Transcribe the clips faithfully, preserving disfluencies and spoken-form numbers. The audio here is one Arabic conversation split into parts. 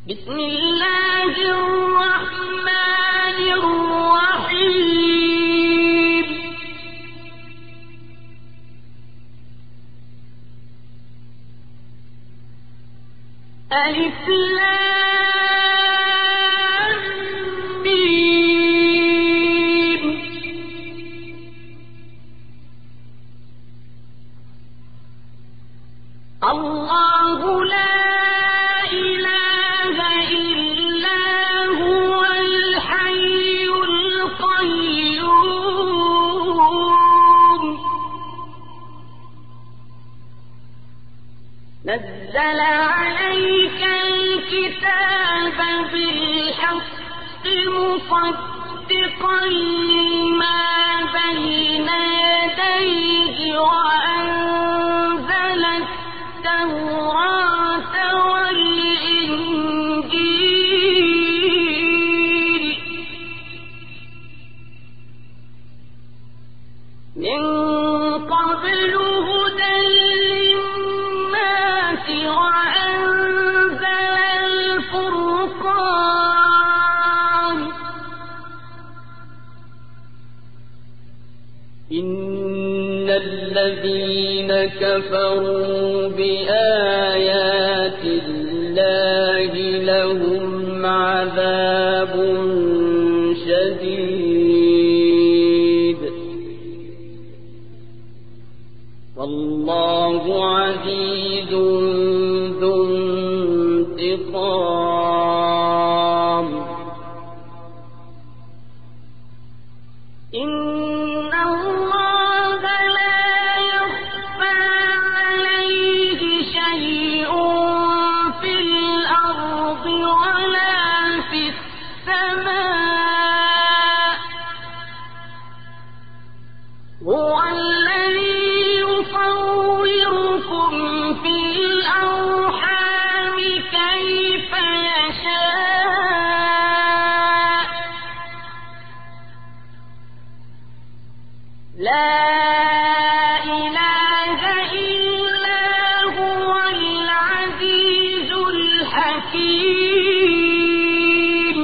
بسم الله الرحمن الرحيم ألف لام ميم الله لا نزل عليك الكتاب بالحق مصدقا لما بين يديه وأنزل التوراة والإنجيل من قبل هدى وأنزل الفرقان إن الذين كفروا بآيات الله لهم عذاب شديد والله عزيز ذو انتقام إن الله لا يخفى عليه شيء في الأرض ولا في السماء هو الذي يصوركم في الأرحام كيف يشاء لا إله إلا هو العزيز الحكيم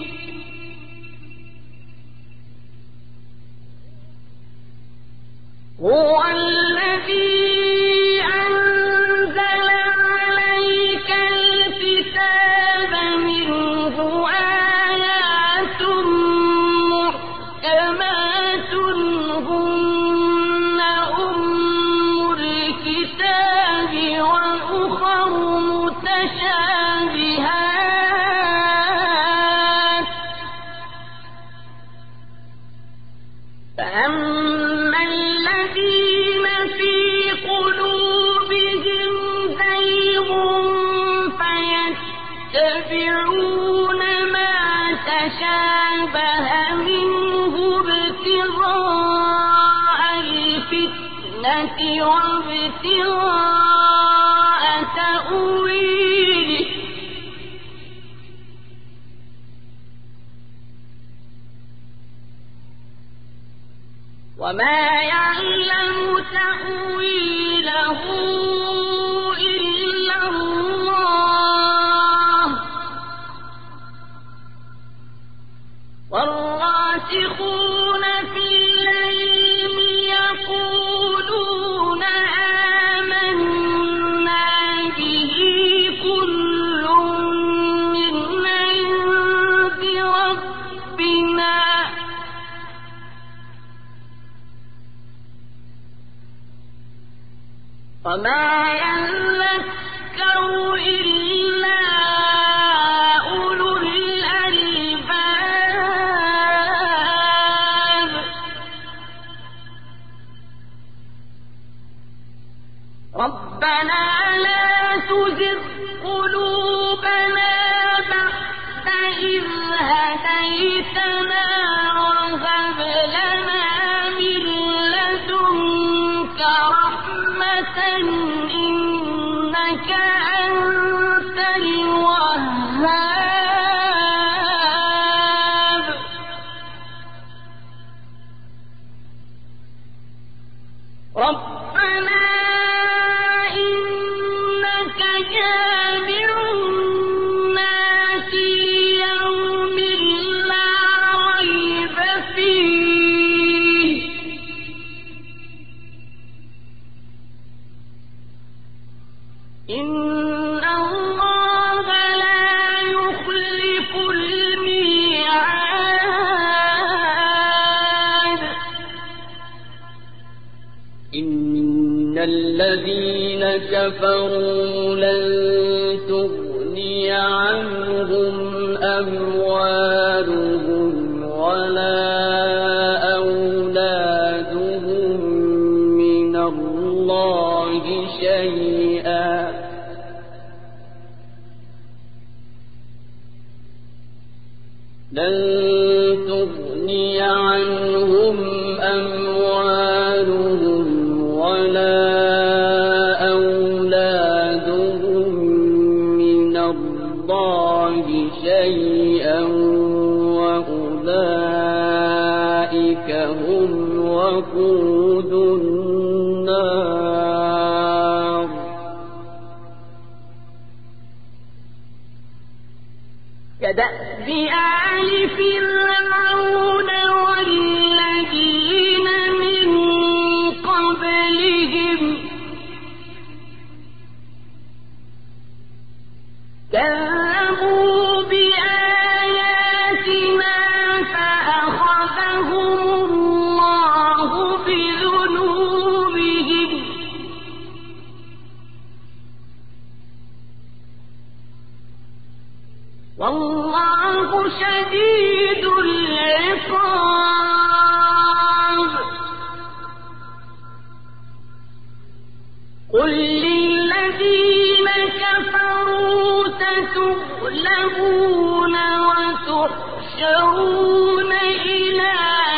هو الذي أنزل عليك الكتاب منه آيات محكمات هن أم الكتاب وأخر متشابهات فأما الذين في قلوبهم زيغ فيتبعون ما تشابه منه ابتغاء الفتنة وابتغاء تأويله وما يعلم تأويله إلا الله والراسخون في العلم يقولون آمنا به كل من عند ربنا وما يذكر إلا أولو الألباب ربنا لا تزغ قلوبنا بعد إذ هديتنا وهب لنا من لدنك رحمة إنك كفروا لن تغني عنهم أموالهم ولا أولادهم من الله شيئا لن تغني عنهم أموالهم ولا أولادهم من الله شيئا وأولئك هم وقود النار كدأب آل فرعون والذين من قبلهم كذبوا بآياتنا فأخذهم الله بذنوبهم والله شديد العقاب قل للذين كفروا ستغلبون وتحشرون إلى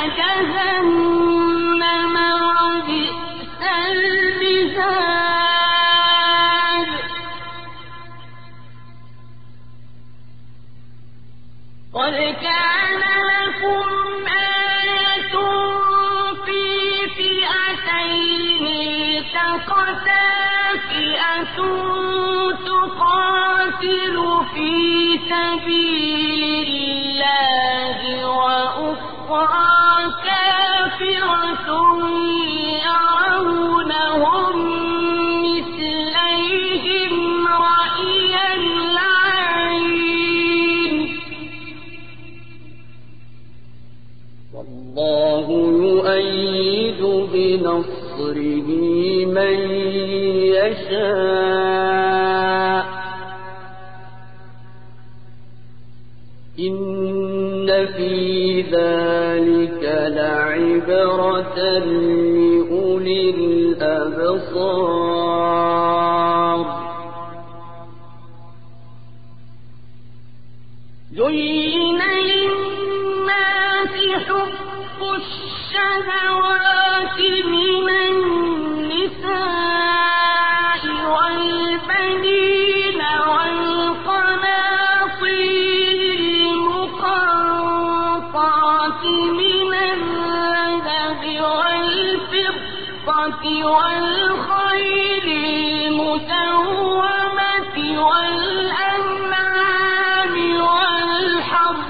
جهنم وبئس المهاد قد كان لكم آية في فئتين التقتا فئة تقاتل في سبيل الله وأخرى كافرة يرونهم مثليهم رأي العين والله يؤيد بنصره من يشاء إن في ذلك لعبرة لأولي الأبصار زين للناس حب الشهوات من النساء والبنين والقناطير المقنطرة من الذهب والفضة والخيل المسومة والأنعام والحرث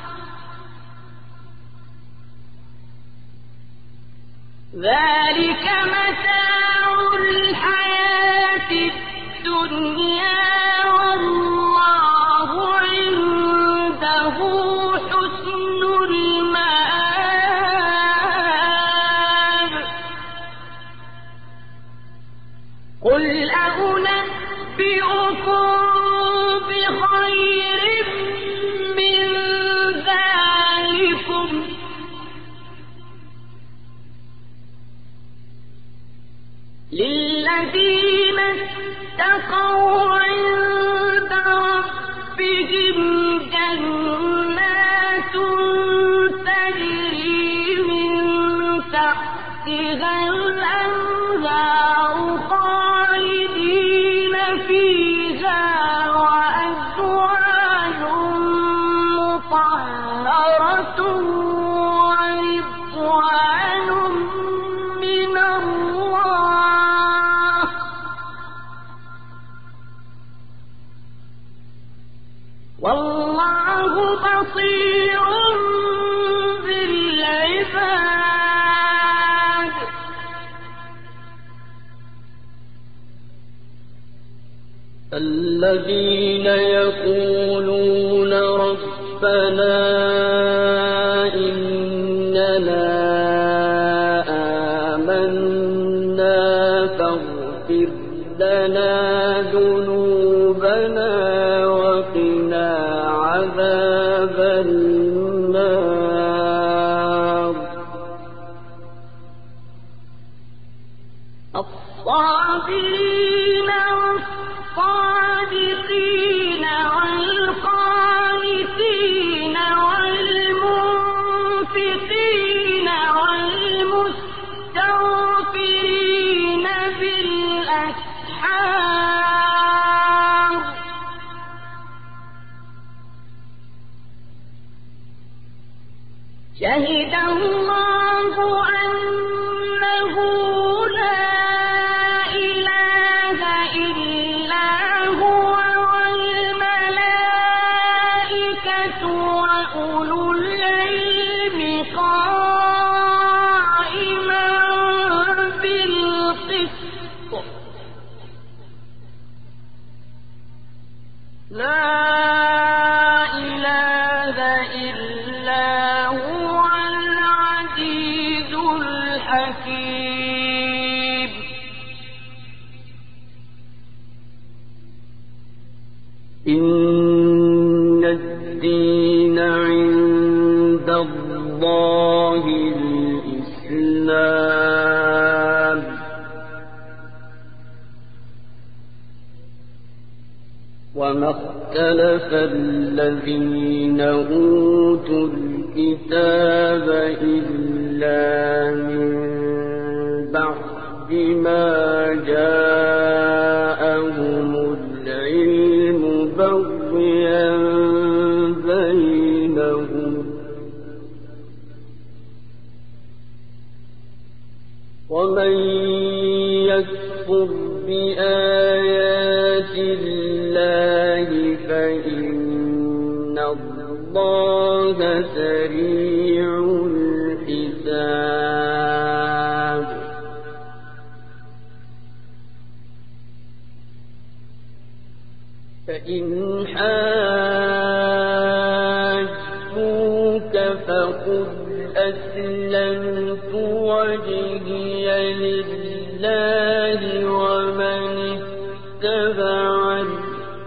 ذلك متاع الحياة الدنيا والله عنده حسن المآب قل أنبئكم بخير من ذلكم للذين اتقوا عند ربهم جنات تجري من تحتها الأنهار خالدين فيها وأزواج مطهرة ورضوان من الله والله بصير بالعباد الذين يقولون ربنا إننا آمنا فاغفر لنا شهد الله أنه لا إله إلا هو والملائكة وأولو العلم قائما بالقسط لا إله إلا هو العزيز الحكيم إن الدين عند الله الإسلام وما اختلف الذين أوتوا الكتاب إلا من بعد ما جاءهم العلم بغيا بينهم ومن يكفر بآيات الله فإن الله سريع الحساب فإن حاجوك فقل أسلمت وجهي لله ومن اتبعني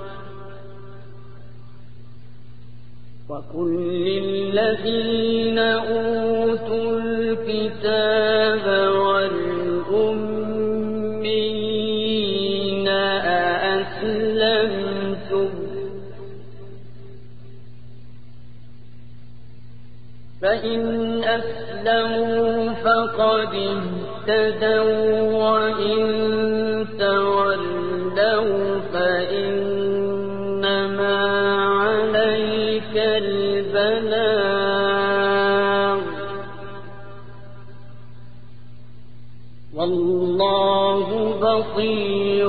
وقل للذين أوتوا الكتاب والأمين أأسلمتم فإن أسلموا فقد اهتدوا وإن تولوا فإنما عليك البلاغ والله بصير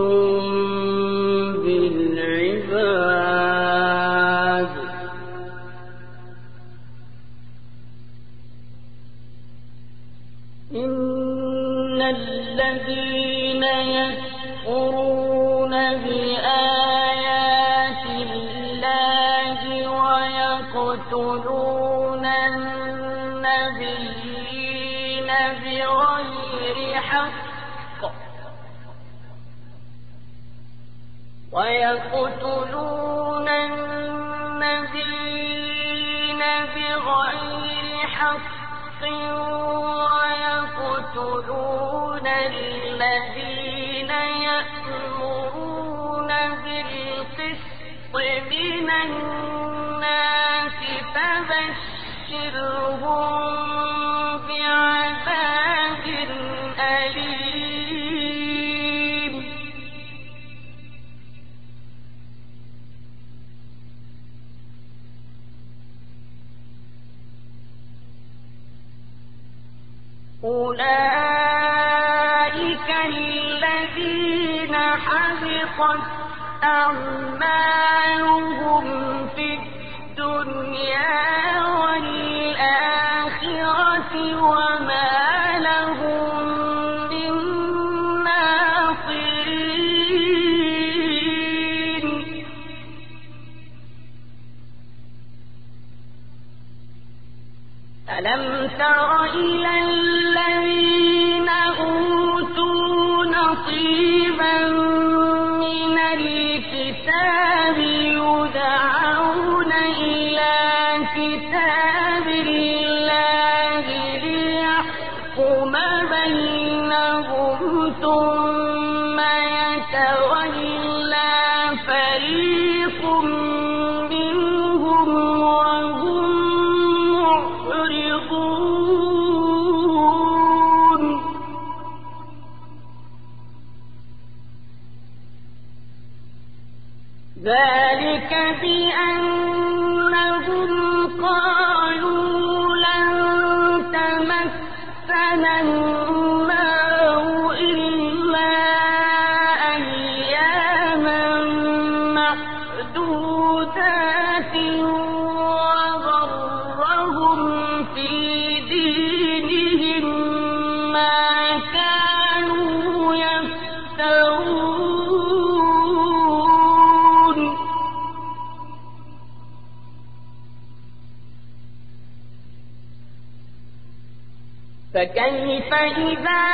بالعباد إن الذين يكفرون بآيات الله ويقتلون النبيين بغير حق ويقتلون النبيين بغير حق ويقتلون الذين يأمرون بالقسط من الناس فبشرهم بعذاب أليم أولئك الذين حبطت أعمالهم في الدنيا والآخرة وما لهم من ناصرين ألم تر إلى الذين أوتوا نصيبا من الكتاب يدعون إلى كتاب الله ليحكم بينهم ثم يتولى فريق منهم وهم معرضون ذلك بأنهم قالوا لن معدودات وغرهم في دينهم ما كانوا يفترون فكيف إذا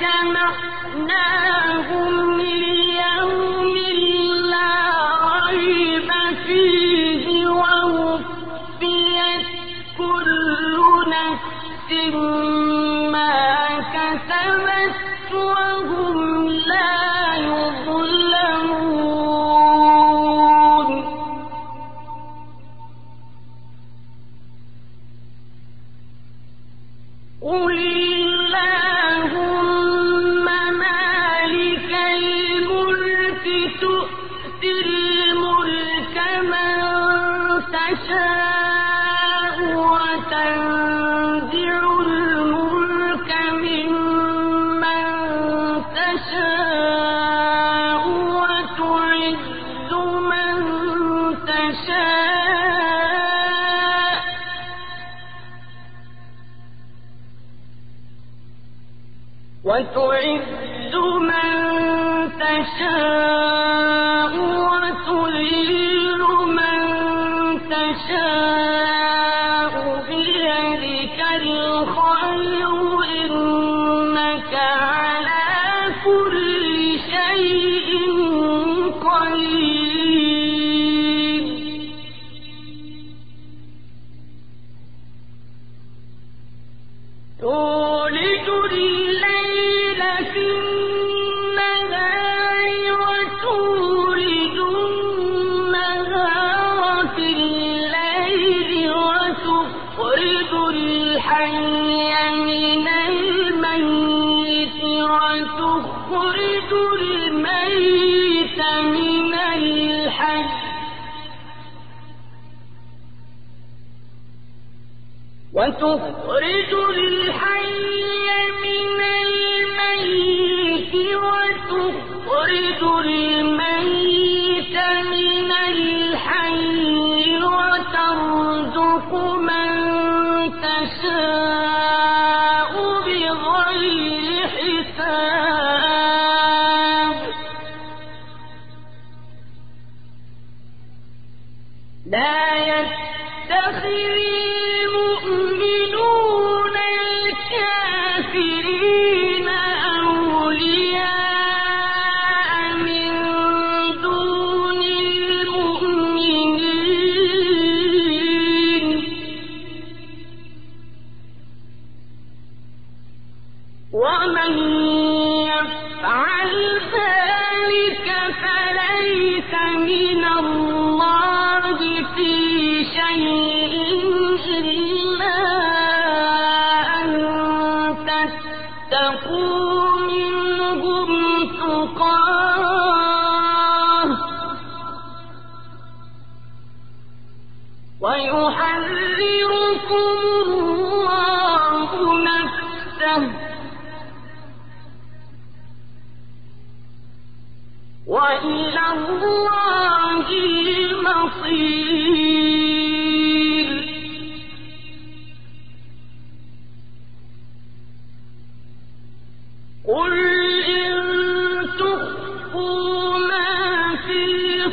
جمعناهم ليوم لا ريب فيه ووفيت كل نفس ما كسبت وهم لا يظلمون قل اللهم مالك الملك تؤتي الملك من تشاء وتنزع الملك ممن تشاء وتعز من تشاء وتعز من تشاء وتذل من تشاء بيدك الخير إنك على كل شيء قدير تولج الليل في النهار وتولج النهار في الليل وتخرج الحي من الميت وتخرج الميت من الحي وتخرج الحي من الميت وتخرج الميت من الحي وترزق من تشاء بغير حساب لا يتخذ المؤمنون الكافرين أولياء من دون المؤمنين ومن يفعل ذلك فليس من الله في شيء إلا أن تتقوا منهم تقاه ويحذركم الله نفسه وإلى الله المصير قل إن تخفوا ما في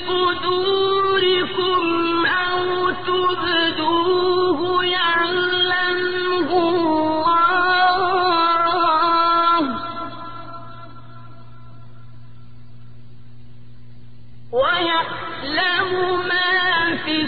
صدوركم أو تبدوه يعلمه الله ويعلم ما في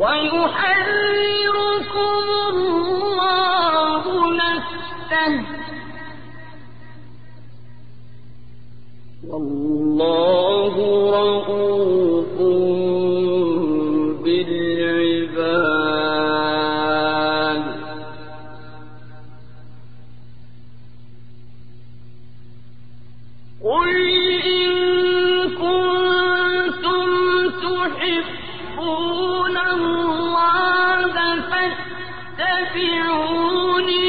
ويحذركم الله نفسه والله رؤوف بالعباد. قل إن كنتم تحبون الله فاتبعوني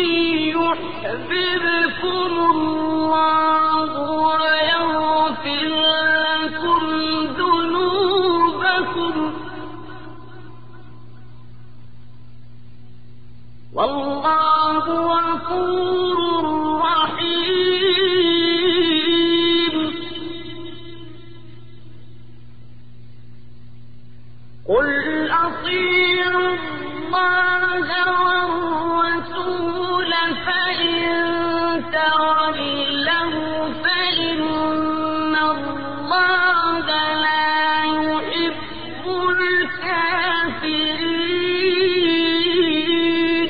يحببكم الله ويغفر لكم ذنوبكم والله غفور رحيم. قل أطيعوا الله والرسول فإن تولوا فإن الله لا يحب الكافرين.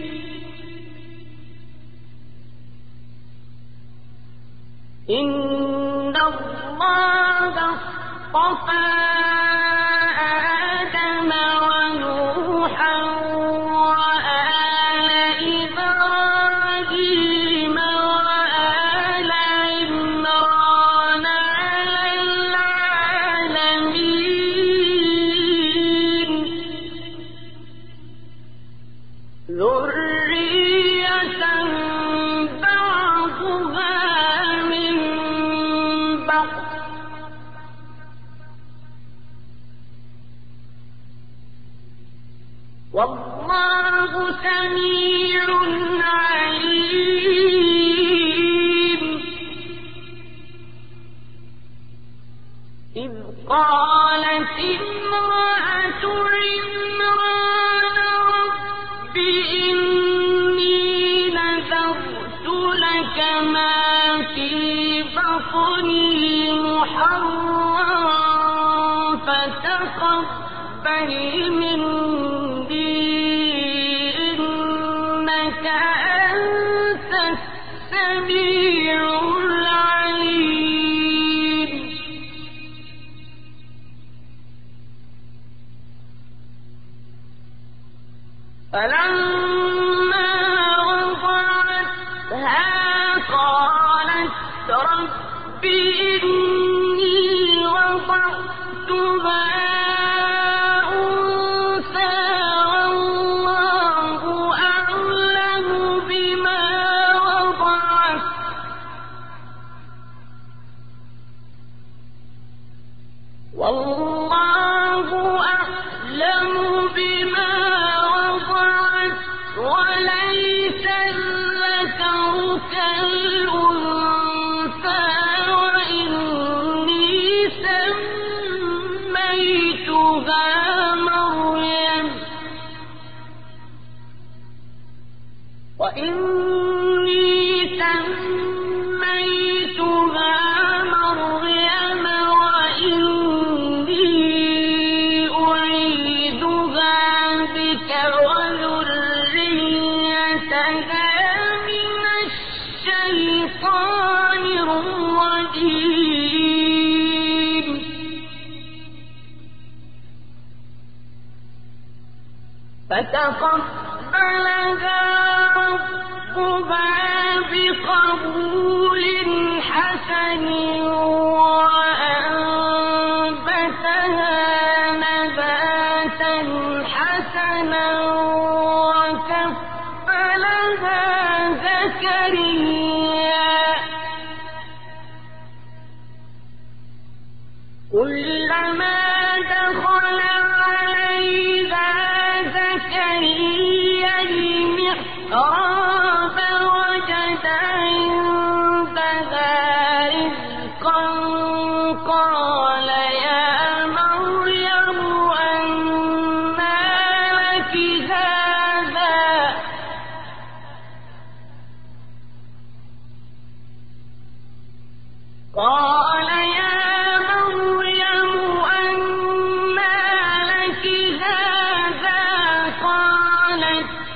إن الله اصطفى آدم ونوحا وآل إبراهيم وآل عمران على العالمين ذرية بعضها من بعض والله سميع عليم. إذ قالت امرأة عمران رب إني نذرت لك ما في بطني محررا فتقبل مني إنك أنت السميع العليم. فلما وضعتها قالت رب إني وضعتها أنثى والله أعلم بما وضعت والله أعلم بما وضعت وليس الذكر كالأنثى وإني سميتها مريم وإني سميتها مريم وإني أعيذها بك وذريتها من الشيطان الرجيم. فتقبلها ربها بقبول حسن وأنبتها نباتا حسنا وكفلها زكريا كلما دخل عليها زكريا المحراب وجد عندها رزقا قال يا مريم أنى لك هذا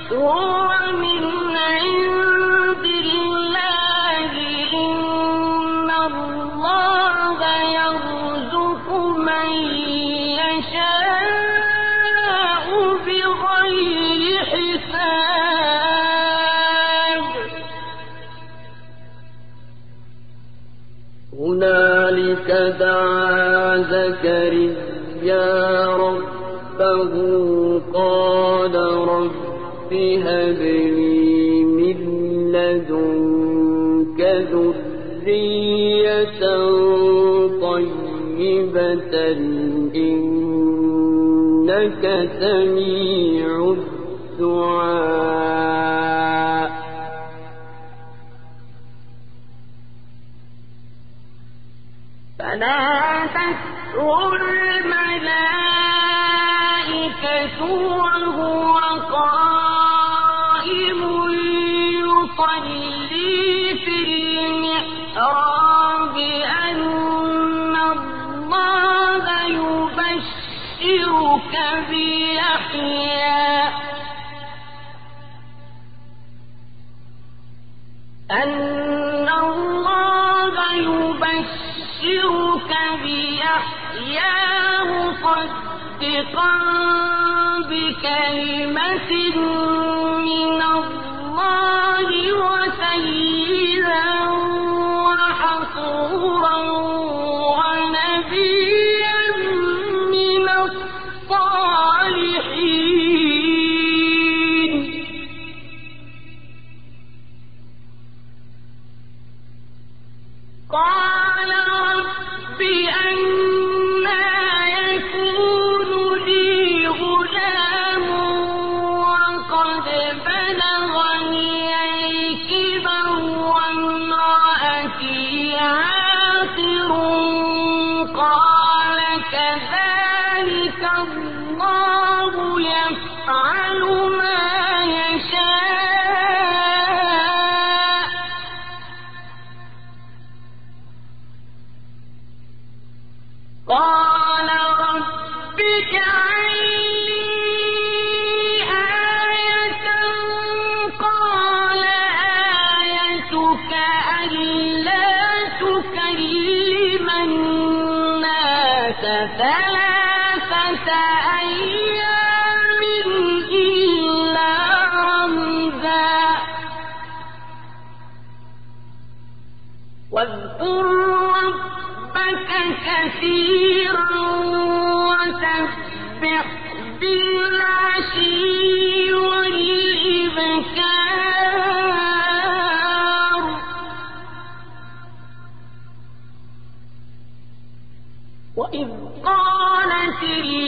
هو من عند الله إن الله يرزق من يشاء بغير حساب هنالك دعا زكريا ربه قال رب هب لي من لدنك ذرية طيبة إنك سميع الدعاء فنادته الملائكة وهو قائم يصلي في المحراب أن الله يبشرك بيحيى أن الله يبشرك بيحيى مصدقا بكلمة من الله وسيدا وحصورا ونبيا من الصالحين قال رب أنى يكون لي غلام وقد بلغني الكبر وامرأتي عاقر قال كذلك الله يفعل ما يشاء قال رب اجعل لي آية قال آيتك ألا تكلم الناس ثلاثة أيام إلا رمزا واذكر ربك كثيرا وسبح بالعشي والإبكار وإذ قالت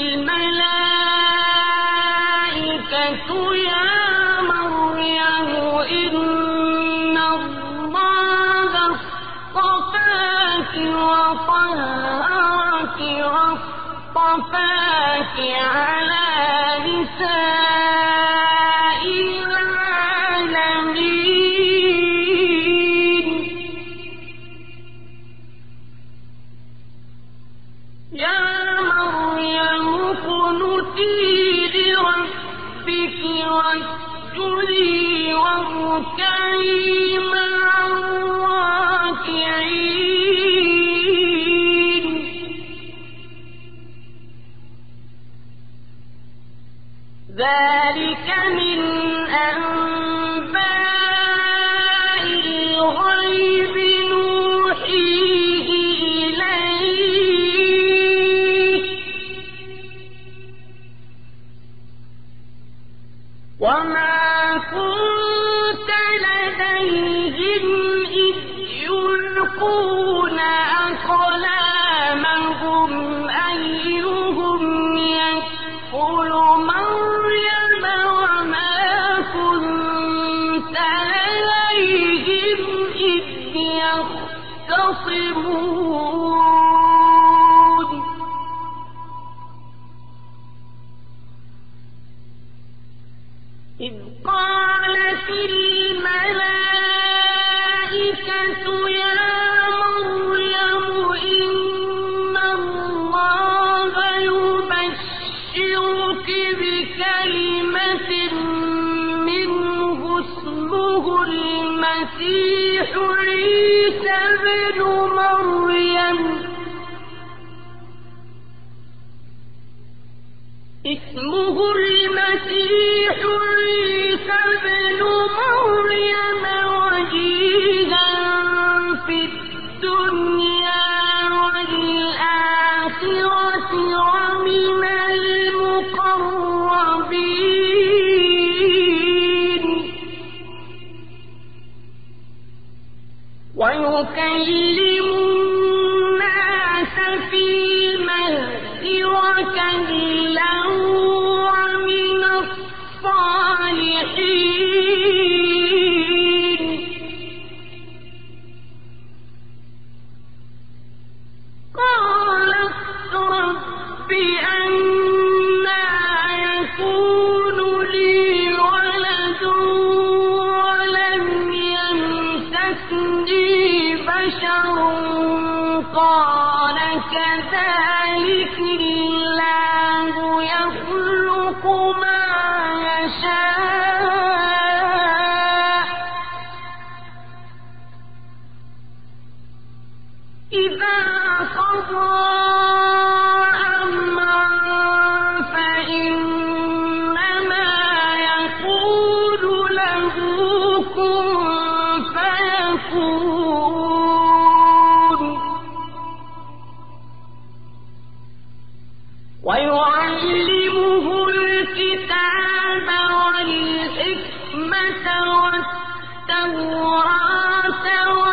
الملائكة يا مريم إن الله اصطفاك وطهرك واصطفاك على نساء العالمين يا مريم اقنتي لربك واسجدي واركعي مع الراكعين ذلك من أنباء الغيب نوحيه إليك وما كنت لديهم إذ يلقون أقلامهم أيهم يكفل مريم وما كنت لديهم إذ يختصمون إذ قالت الملائكة يا مريم إن الله يبشرك بكلمة من المسيح عيسى ابن مريم اسمه المسيح عيسى ابن مريم وجيها في الدنيا والآخرة ومن المقربين ويكلم الناس في المهد وكهلا ومن الصالحين قالت رب أنى يكون لي ولد ولم يمسسني بشر قال كذلك الله يخلق ما يشاء إذا قضى أمرا فإنما يقول له كن فيكون ويعلمه الكتاب والحكمة والتوراة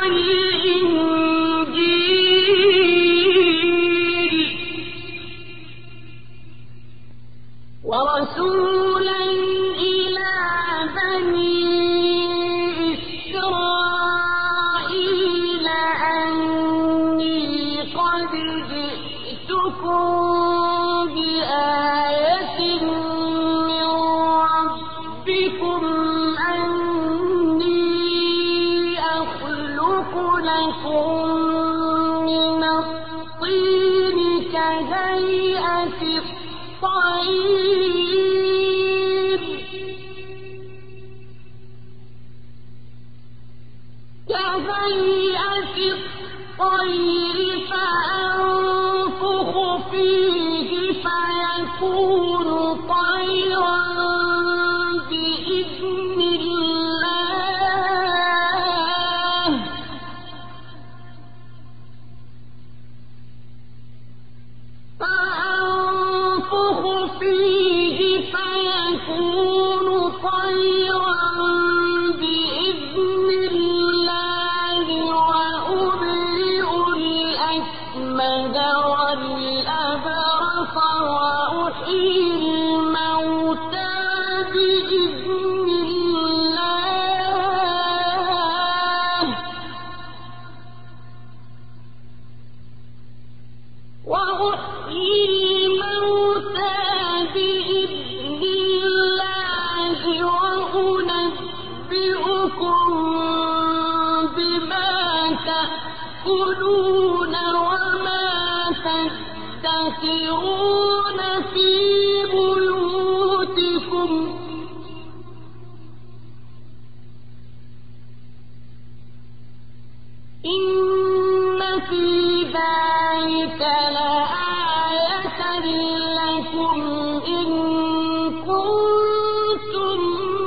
والإنجيل ورسولا إلى بني إسرائيل أني قد جئتكم بآية من ربكم أني أخلق لكم من الطين كهيئة الطير كهيئة الطير فأنفخ فيه فيكون طيرا بإذن الله فأنفخ فيه فيكون طيرا بإذن الله وأبرئ الأكمه والأبرص وأحيي الموتى بإذن الله وأحيي الموتى بإذن الله وأنبئكم بما تأكلون وما تدخرون في بيوتكم إن في ذلك لآية لكم إن كنتم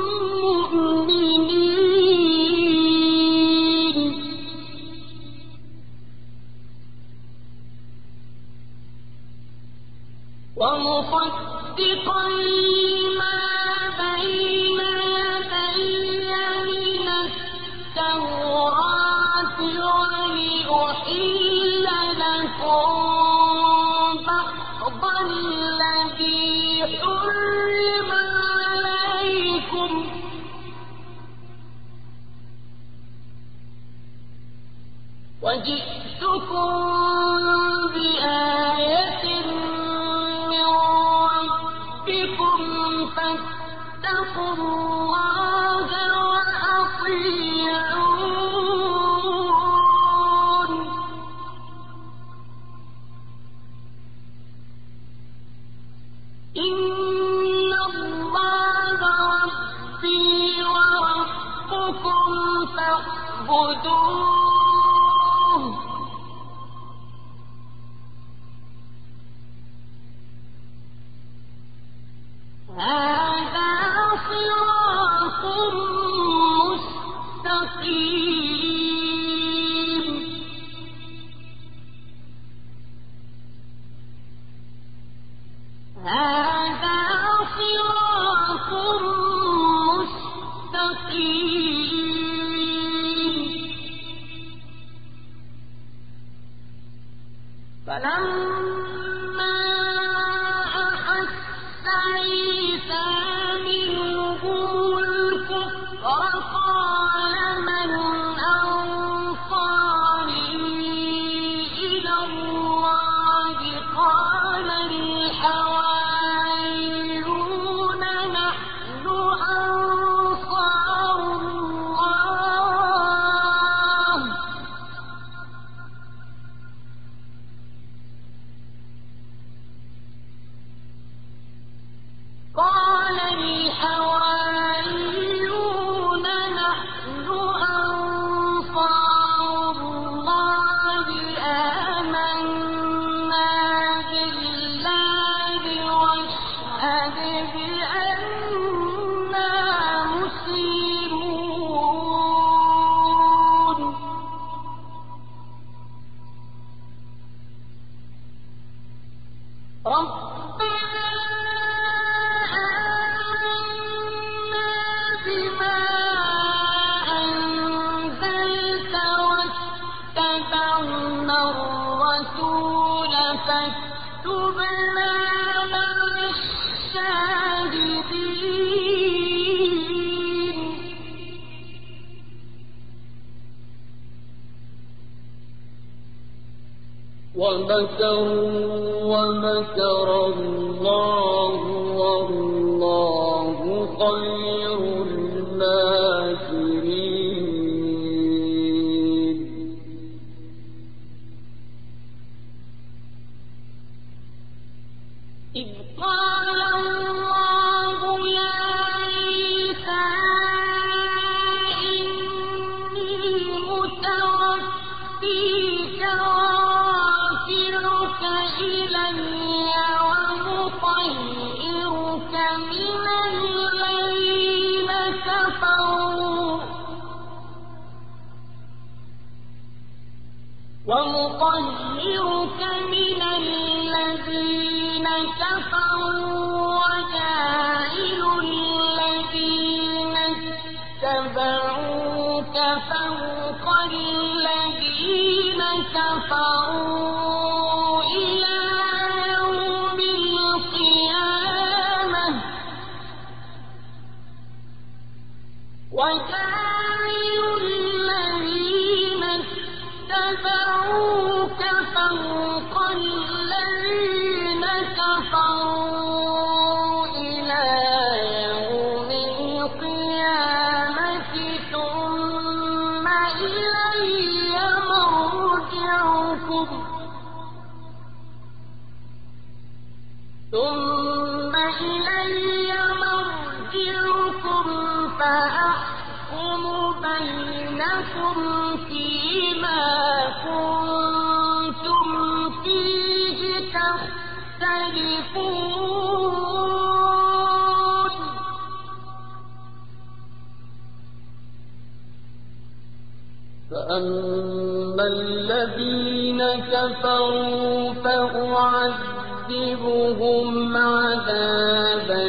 مؤمنين ومصدقا لما بين يدي من التوراة ولأحل لكم بعض الذي حرم عليكم وجئتكم بآية من ربكم فاتقوا الله وأطيعون إن الله ربي وربكم فاتقوا فاعبدوه هذا صراط مستقيم هذا صراط مستقيم فلما أحس عيسى منهم الكفر قال من أنصاري إلى الله قال الحواريون نحن أنصار الله قال الحواريون نحن أنصار الله آمنا بالله واشهد بأننا مسلمون ربنا آمنا بما أنزلت واتبعنا الرسول فاكتبنا مع الشاهدين ومكروا ومكر الله والله خير الماكرين إذ قال الله يا عيسى إني متوفيك ورافعك إلي ومطهرك من الذين كفروا ومطهرك من الذين كفروا وجاعل الذين اتبعوك فوق الذين كفروا إلى يوم القيامة وجاعل الذين اتبعوك فوق الذين كفروا إلى يوم القيامة ثم إلي مرجعكم ثم إلي مرجعكم فأحكم بينكم فيما كنتم فيه تختلفون فأما الذين كفروا فأعذبهم عذابا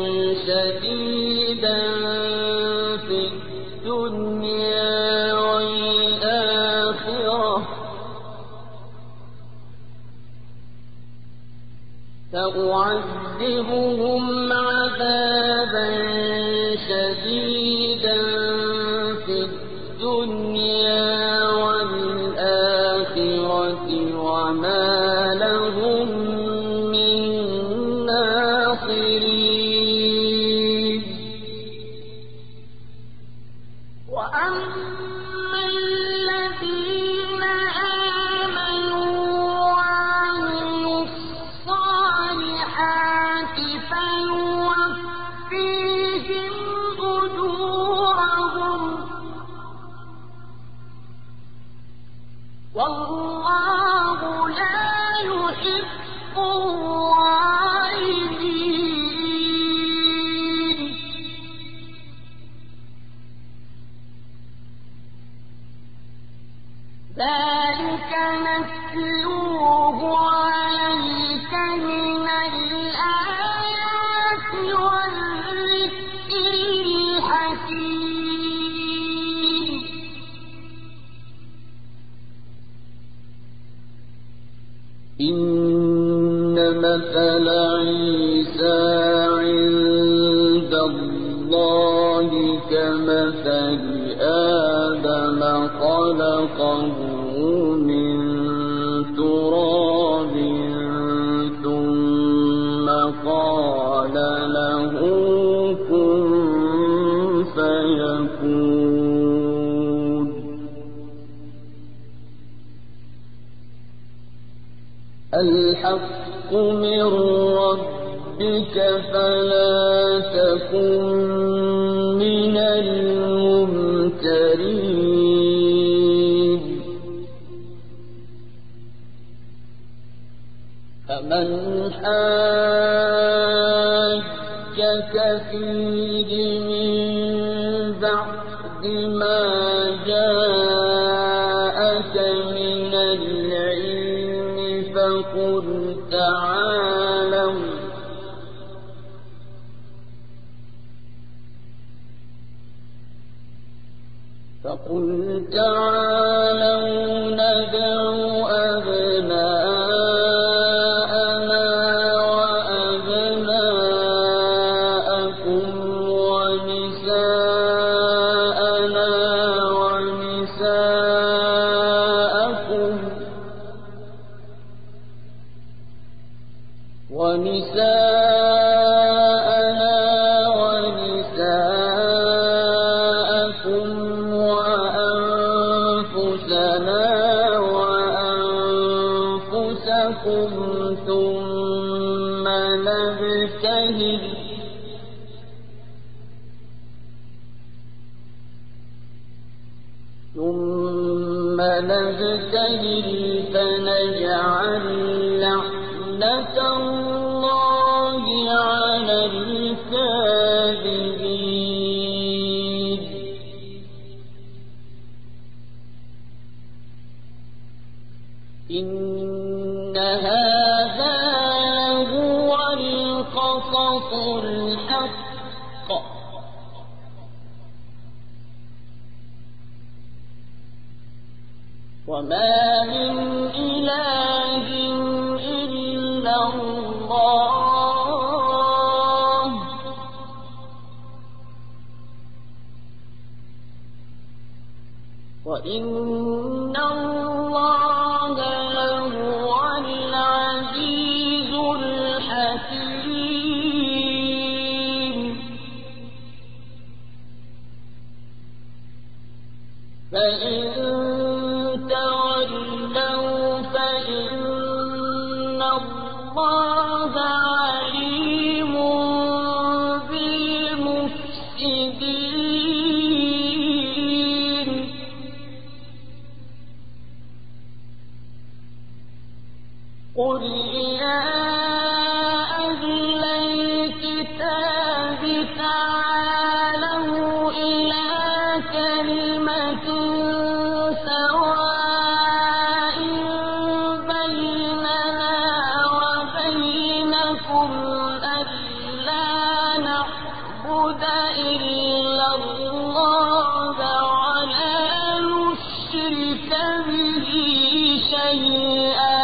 شديدا في الدنيا والآخرة فأعذبهم عذابا شديدا في الدنيا والآخرة وما لهم من ناصرين وأما الذين آمنوا وعملوا الصالحات فيوفيهم أجورهم نتلوه عليك من الآيات والذكر الحكيم إن مثل عيسى عند الله كمثل آدم خلقه من تراب ثم قال له كن فيكون الحق من ربك فلا تكن من الممترين فمن حاجك فيه من بعد ما جاءك من العلم فقل تعالوا فقل تعالوا ندع أبناءنا وأبناءكم ونساءنا ونساءكم ونساءنا ونساءكم وأنفسنا وأنفسكم ثم نبتهل ثم نبتهل فنجعل لعنة الله على الكاذبين إن هذا لهو القصص الحق وما من إله إلا الله وإن الله لهو العزيز الحكيم فإن تولوا فإن الله عليم بالمفسدين قل يا أهل الكتاب تعالوا إلى كلمة سواء بيننا وبينكم ألا نعبد إلا الله ولا نشرك به شيئا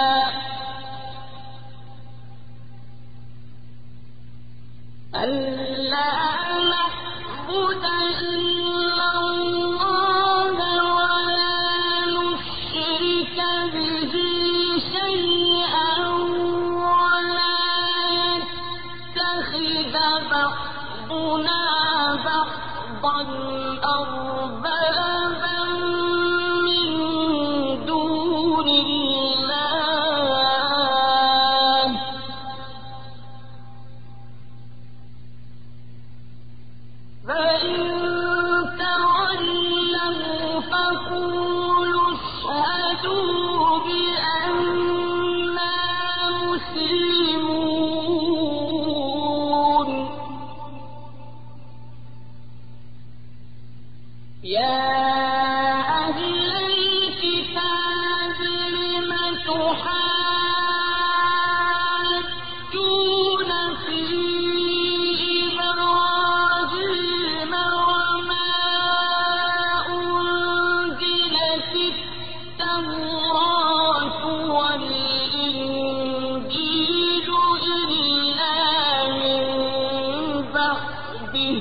ألا نعبد إلا الله ولا نشرك به شيئا ولا يتخذ بعضنا بعضا أربابا من دون الله فإن تولوا فقولوا اشهدوا بأننا مسلمون يا أهل الكتاب به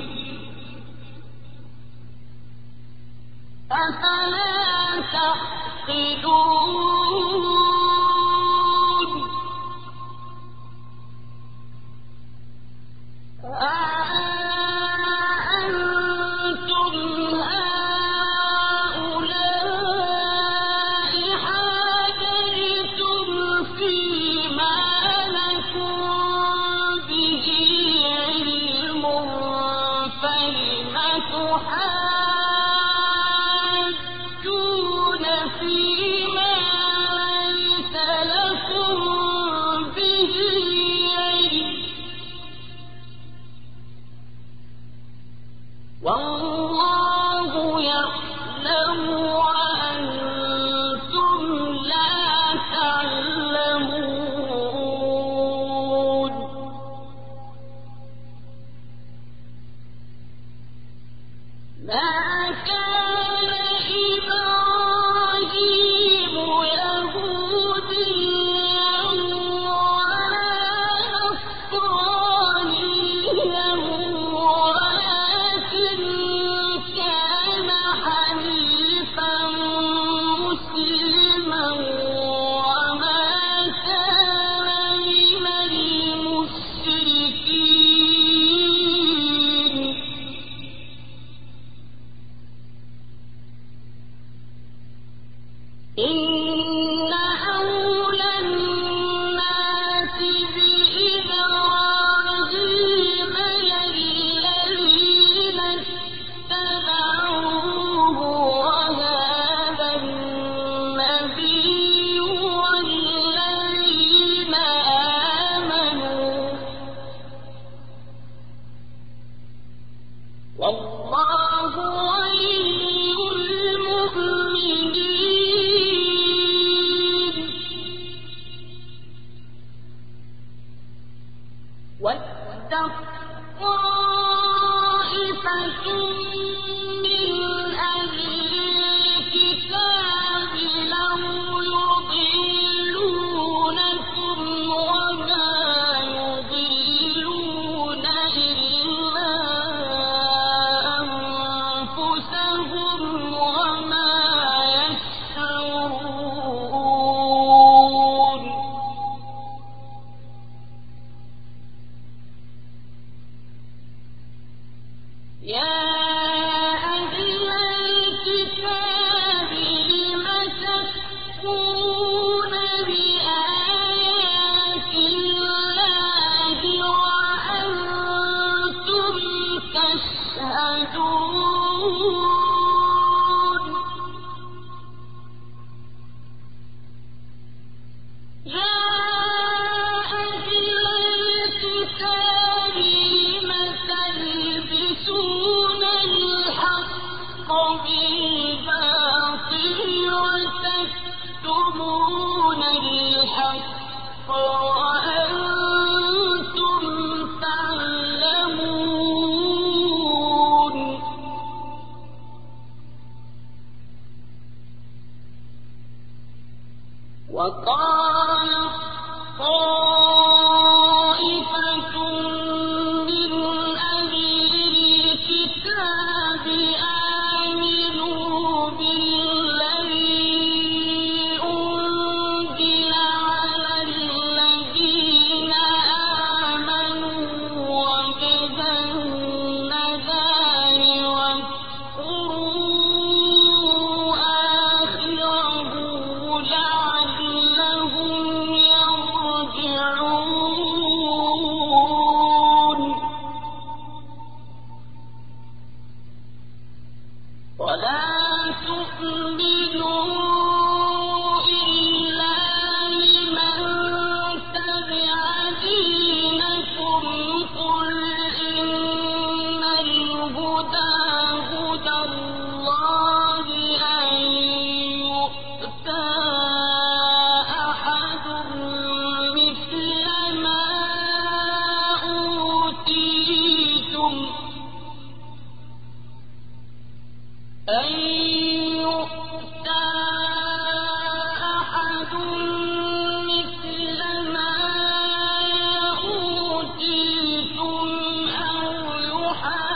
أفلا تعقلون أأنتم هؤلاء حاججتم فيما لكم به علم فلم تحاجون فيما ليس لكم به علم والله يعلم وأنتم لا تعلمون ما كان إبراهيم يهوديا ولا نصرانيا ولكن كان حنيفا مسلما وما كان من المشركين إن أولى الناس بإبراهيم للذين اتبعوه وهذا النبي والذين آمنوا والله ولي المؤمنين ود طائفة من أهل الكتاب لو يضلونكم وما يضلون إلا أنفسهم وما يشعرون يا أهل الكتاب لم تكفرون بآيات الله وأنتم تشهدون يا أهل الكتاب لم تلبسون الحق بالباطل وتكتمون الحق وأنتم تعلمون وقالت طائفة من أهل الكتاب آمنوا بالذي أنزل على الذين آمنوا وجه النهار واذكروا آخره لعلهم يرجعون ولا تؤمنوا إلا لمن تبع دينكم قل إن الهدى هدى الله أن يؤتى أحد مثل ما أوتيتم أن يؤتى أحد مثل ما أوتيتم أو يحاسبون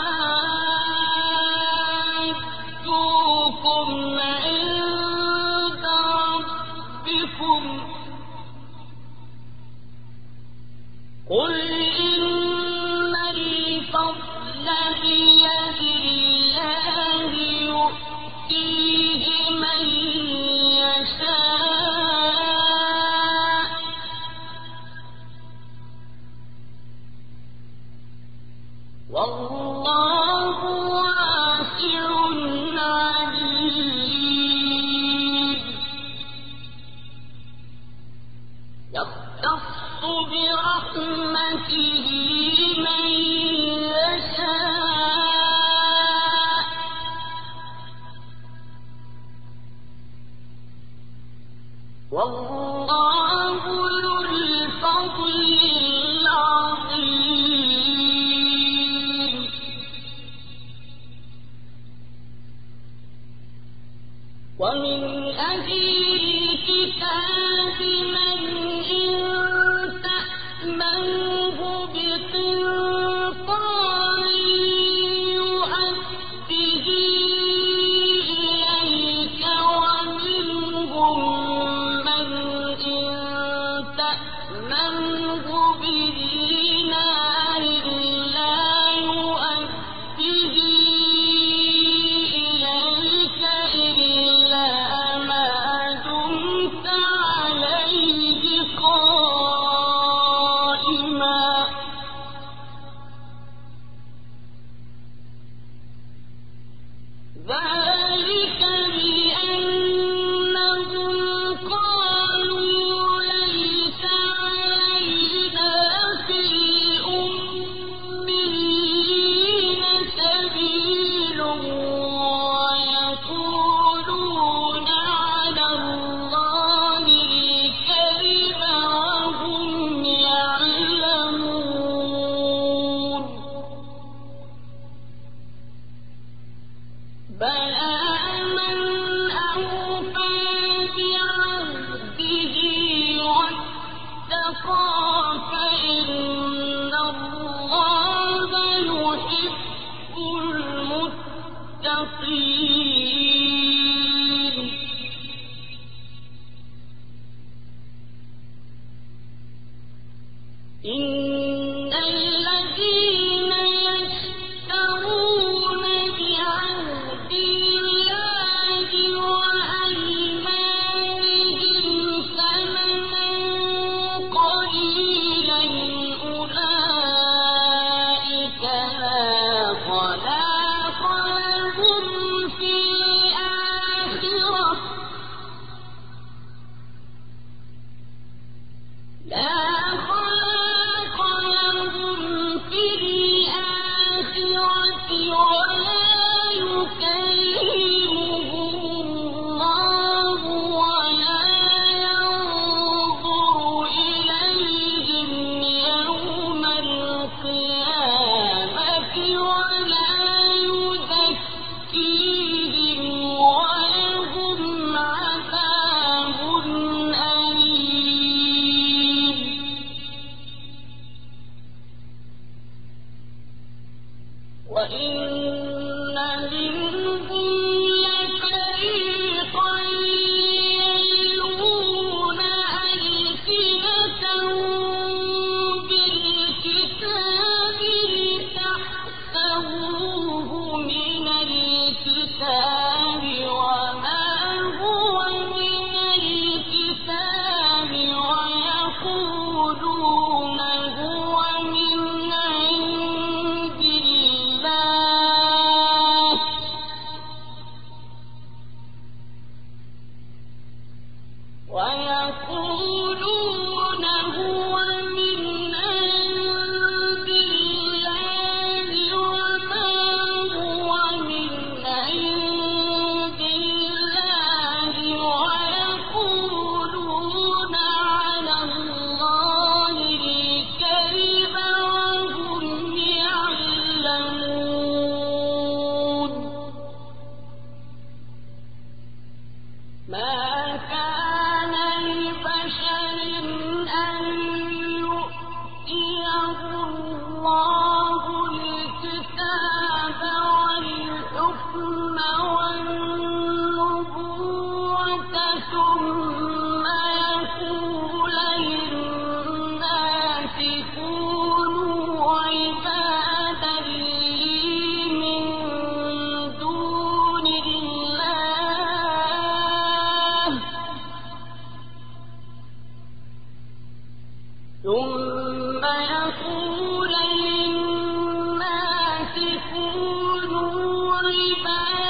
والله ذو الفضل العظيم. ومن أهل الكتاب من إن تأمنه بقنطار يؤده إليك، ومنهم من إن تأمنه بدينار لا يؤده إليك إلا ما دمت عليه قائما. ذلك بأنهم قالوا ليس علينا في الأميين سبيل، ويقولون على الله الكذب وهم يعلمون. بلى من أوفى بعهده واتقى فإن الله يحب المتقين. إن الذين يشترون بعهد الله وأيمانهم ثمنا قليلا أولئك لا خلاق لهم في الآخرة لا خلاق لهم في الآخرة ولا يكلمهم الله ولا ينظر إليهم يوم القيامة ولا يزكيهم ولهم عذاب أليم. وإن منهم لفريقا يلوون ألسنتهم بالكتاب لتحسبوه من الكتاب وما هو من الكتاب، ويقولون هو من عند الله، ويقولون هو من عند الله وما هو من عند الله، ويقولون على الله الكذب وهم يعلمون. ما كان لبشر أن يؤتيه الله الكتاب والحكم والنبوة ثم يقول للناس كونوا عبادا لي من دون الله، ثم يقول للناس كونوا عبادا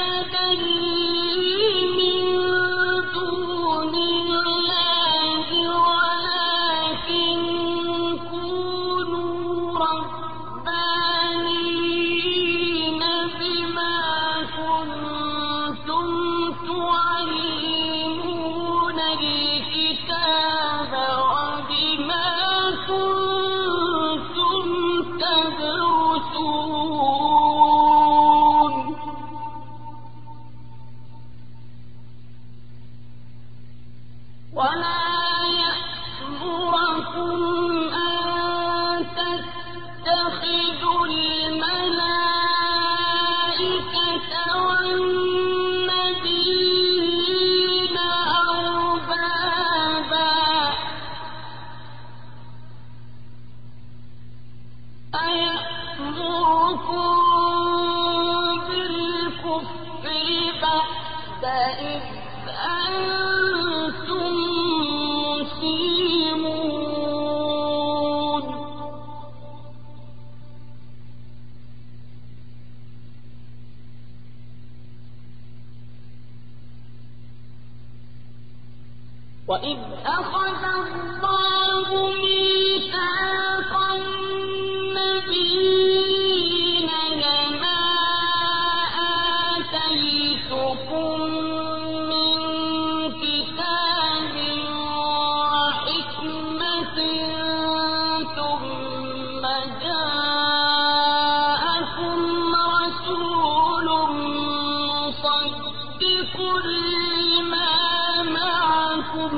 وإذ أخذ الله ميثاق النبيين لما آتيتكم من كتاب وحكمة ثم جاءكم رسول مصدق لما معكم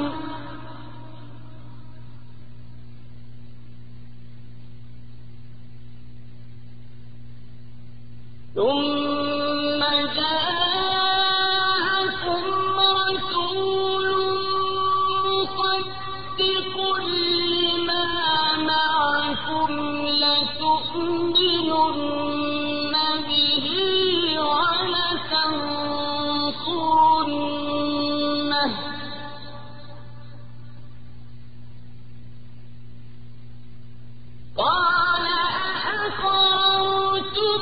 ثم جاءكم رسول مصدق لما معكم لتؤمنن به ولتنصرنه قال أأقررتم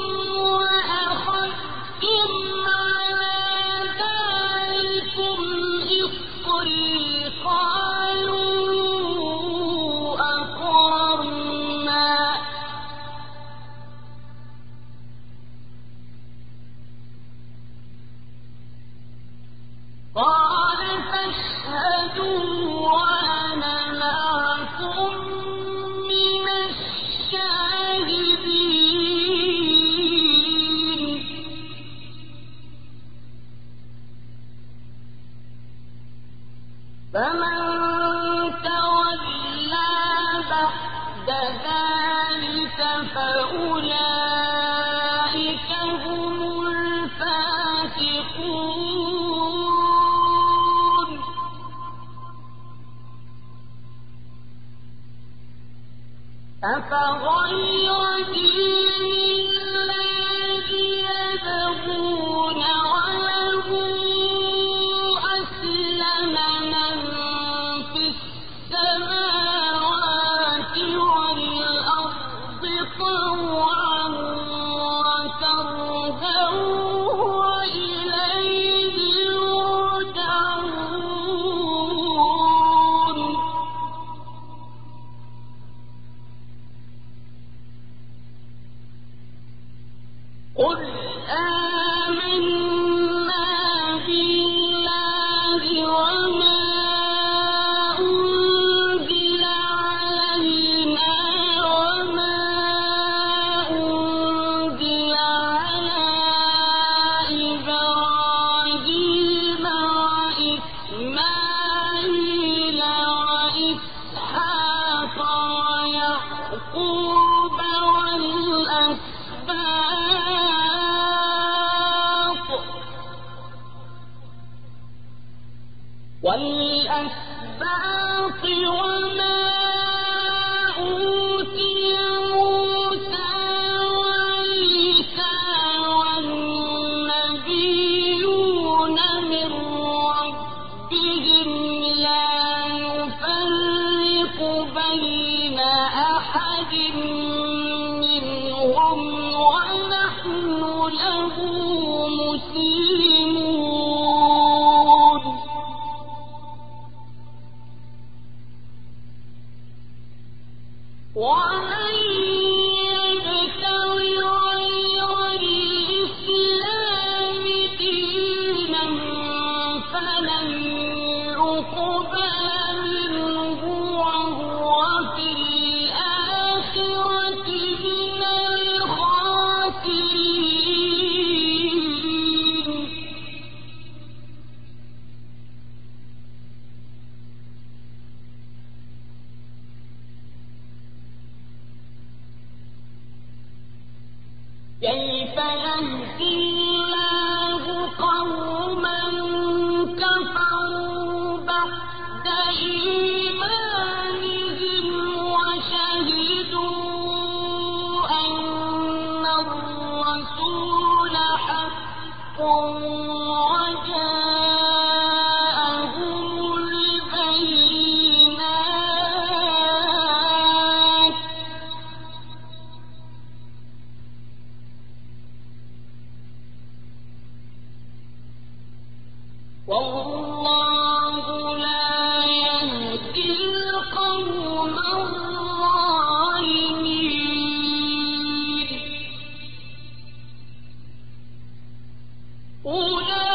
وأخذتم على ذلكم إصري قالوا أقررنا قال فاشهدوا وأنا معكم من الشاهدين فمن تولى بعد ذلك فأولئك هم الفاسقون أفغير دين الله يبغون وله أسلم من في السماوات والأرض طوعا وكرها وإليه يرجعون قل آمنا بالله وما أنزل علينا وما أنزل على إبراهيم وإسماعيل وإسحاق ويعقوب والأسباط والأسباط وما أوتي موسى وعيسى والنبيون من ربهم لا نفرق بين أحد منهم ونحن له مسلمون ومن يبتغ غير الإسلام دينا فلن يقبل منه وهو في الآخرة من الخاسرين كيف يهدي الله قوما كفروا بعد إيمانهم وشهدوا أن الرسول حق وجاءهم البينات والله لا أولئك